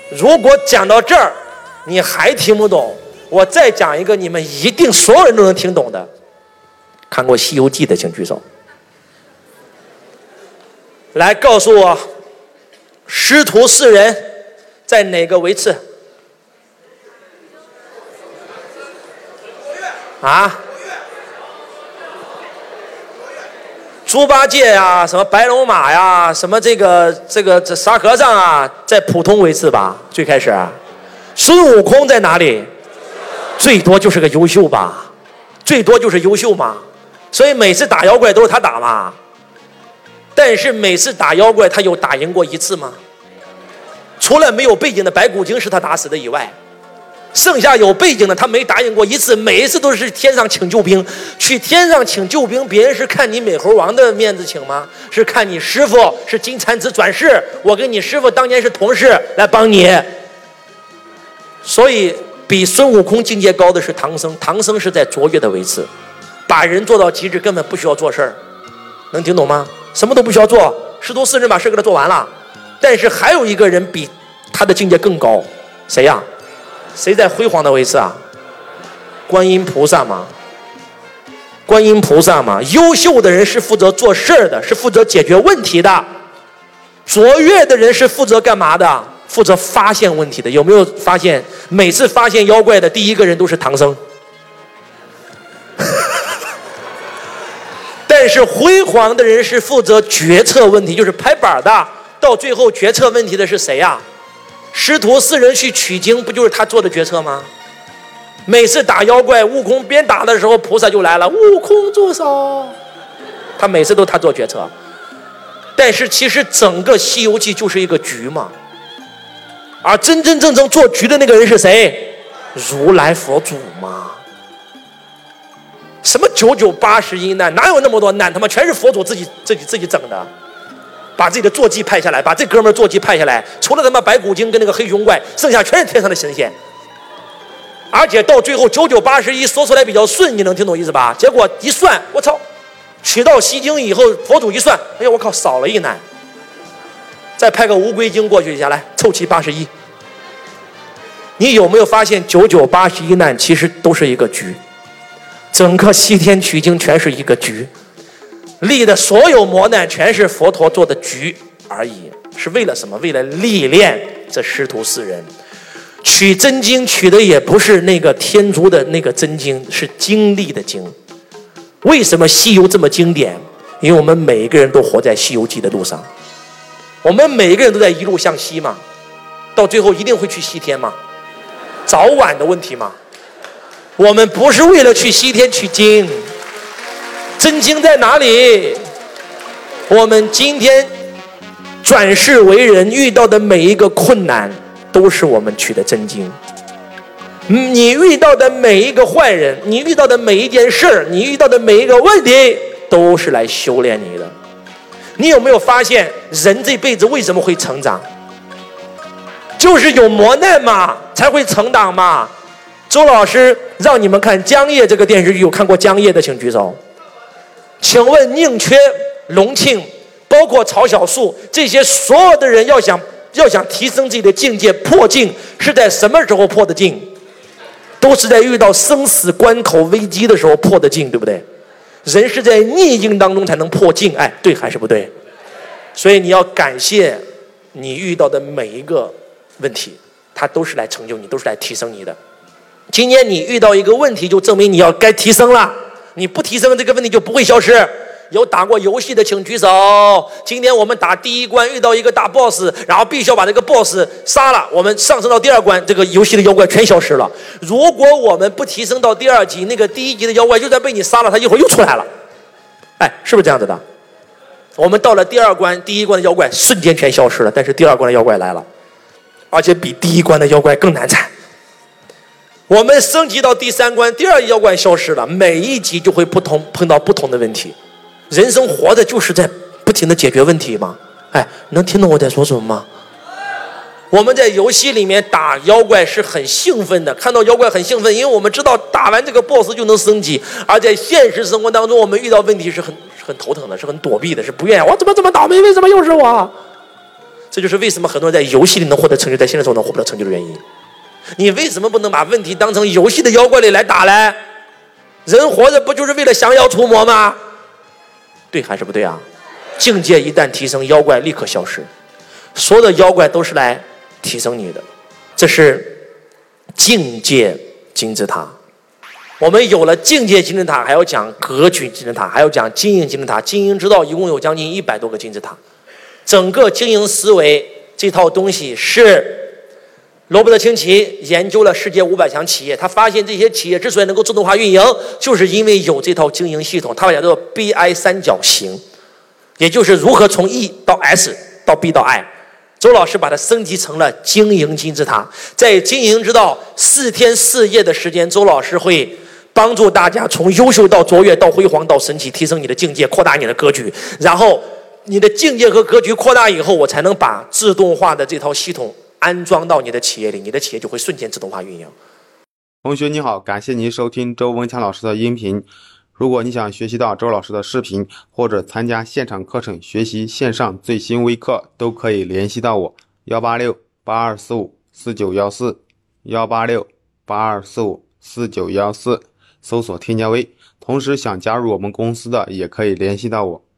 如果讲到这儿你还听不懂，我再讲一个你们一定所有人都能听懂的。看过《西游记》的请举手。来告诉我，师徒四人在哪个位次？啊？猪八戒呀，什么白龙马呀，什么这沙和尚啊，在普通位次吧？最开始，孙悟空在哪里？最多就是个优秀吧，最多就是优秀嘛。所以每次打妖怪都是他打嘛。但是每次打妖怪，他有打赢过一次吗？除了没有背景的白骨精是他打死的以外，剩下有背景的他没打赢过一次。每一次都是天上请救兵，去天上请救兵，别人是看你美猴王的面子请吗？是看你师傅是金蝉子转世，我跟你师傅当年是同事来帮你。所以比孙悟空境界高的是唐僧，唐僧是在卓越的位次，把人做到极致，根本不需要做事儿。能听懂吗？什么都不需要做，师徒四人把事给他做完了。但是还有一个人比他的境界更高，谁呀？谁在辉煌的位置啊？观音菩萨嘛。观音菩萨嘛，优秀的人是负责做事儿的，是负责解决问题的。卓越的人是负责干嘛的？负责发现问题的。有没有发现，每次发现妖怪的第一个人都是唐僧？但是辉煌的人是负责决策问题，就是拍板的。到最后决策问题的是谁呀？师徒四人去取经，不就是他做的决策吗？每次打妖怪，悟空边打的时候，菩萨就来了，悟空住手。他每次都他做决策。但是其实整个《西游记》就是一个局嘛。而真真正正做局的那个人是谁？如来佛祖嘛。什么9981难，哪有那么多难？他妈全是佛祖自己整的，把自己的坐骑派下来，把这哥们儿坐骑派下来，除了他妈白骨精跟那个黑熊怪，剩下全是天上的神仙。而且到最后9981说出来比较顺，你能听懂意思吧？结果一算，我操，取到西经以后，佛祖一算，哎呀，我靠，少了一难。再派个乌龟精过去一下来，凑齐81。你有没有发现9981难其实都是一个局？整个西天取经全是一个局，历的所有磨难全是佛陀做的局而已，是为了什么？为了历练这师徒四人。取真经取的也不是那个天竺的那个真经，是经历的经。为什么西游这么经典？因为我们每一个人都活在西游记的路上，我们每一个人都在一路向西嘛，到最后一定会去西天嘛，早晚的问题嘛。我们不是为了去西天取经，真经在哪里？我们今天转世为人遇到的每一个困难，都是我们取的真经。你遇到的每一个坏人，你遇到的每一件事，你遇到的每一个问题，都是来修炼你的。你有没有发现，人这辈子为什么会成长？就是有磨难嘛，才会成长嘛。周老师让你们看《江夜》这个电视剧，有看过《江夜》的请举手。请问宁缺、隆庆，包括曹小树这些所有的人要想提升自己的境界、破境，是在什么时候破的境？都是在遇到生死关口危机的时候破的境，对不对？人是在逆境当中才能破境，哎，对还是不对？所以你要感谢你遇到的每一个问题，它都是来成就你，都是来提升你的。今天你遇到一个问题，就证明你要该提升了。你不提升，这个问题就不会消失。有打过游戏的请举手。今天我们打第一关遇到一个大 boss， 然后必须要把这个 boss 杀了，我们上升到第二关，这个游戏的妖怪全消失了。如果我们不提升到第二级，那个第一级的妖怪就算被你杀了，他一会儿又出来了。哎，是不是这样子的？我们到了第二关，第一关的妖怪瞬间全消失了，但是第二关的妖怪来了，而且比第一关的妖怪更难缠。我们升级到第三关，第二妖怪消失了，每一集就会碰到不同的问题。人生活的就是在不停的解决问题嘛。哎，能听懂我在说什么吗？我们在游戏里面打妖怪是很兴奋的，看到妖怪很兴奋，因为我们知道打完这个 boss 就能升级。而在现实生活当中，我们遇到问题是很头疼的，是很躲避的，是不愿意。我怎么这么倒霉？为什么又是我？ 这就是为什么很多人在游戏里能获得成就，在现实中能获不到成就的原因。你为什么不能把问题当成游戏的妖怪类来打呢？人活着不就是为了降妖除魔吗？对还是不对啊？境界一旦提升，妖怪立刻消失。所有的妖怪都是来提升你的，这是境界金字塔。我们有了境界金字塔，还要讲格局金字塔，还要讲经营金字塔。经营之道一共有将近100多个金字塔。整个经营思维这套东西是罗伯特清崎研究了世界500强企业，他发现这些企业之所以能够自动化运营，就是因为有这套经营系统。他把它叫做 BI 三角形，也就是如何从 E 到 S 到 B 到 I。周老师把它升级成了经营金字塔。在经营之道4天4夜的时间，周老师会帮助大家从优秀到卓越到辉煌到神奇，提升你的境界，扩大你的格局。然后你的境界和格局扩大以后，我才能把自动化的这套系统安装到你的企业里，你的企业就会瞬间自动化运营。 同学你好，感谢您收听周文强老师的音频。如果你想学习到周老师的视频，或者参加现场课程学习线上最新微课，都可以联系到我18682454914 18682454914，搜索添加微。同时想加入我们公司的也可以联系到我。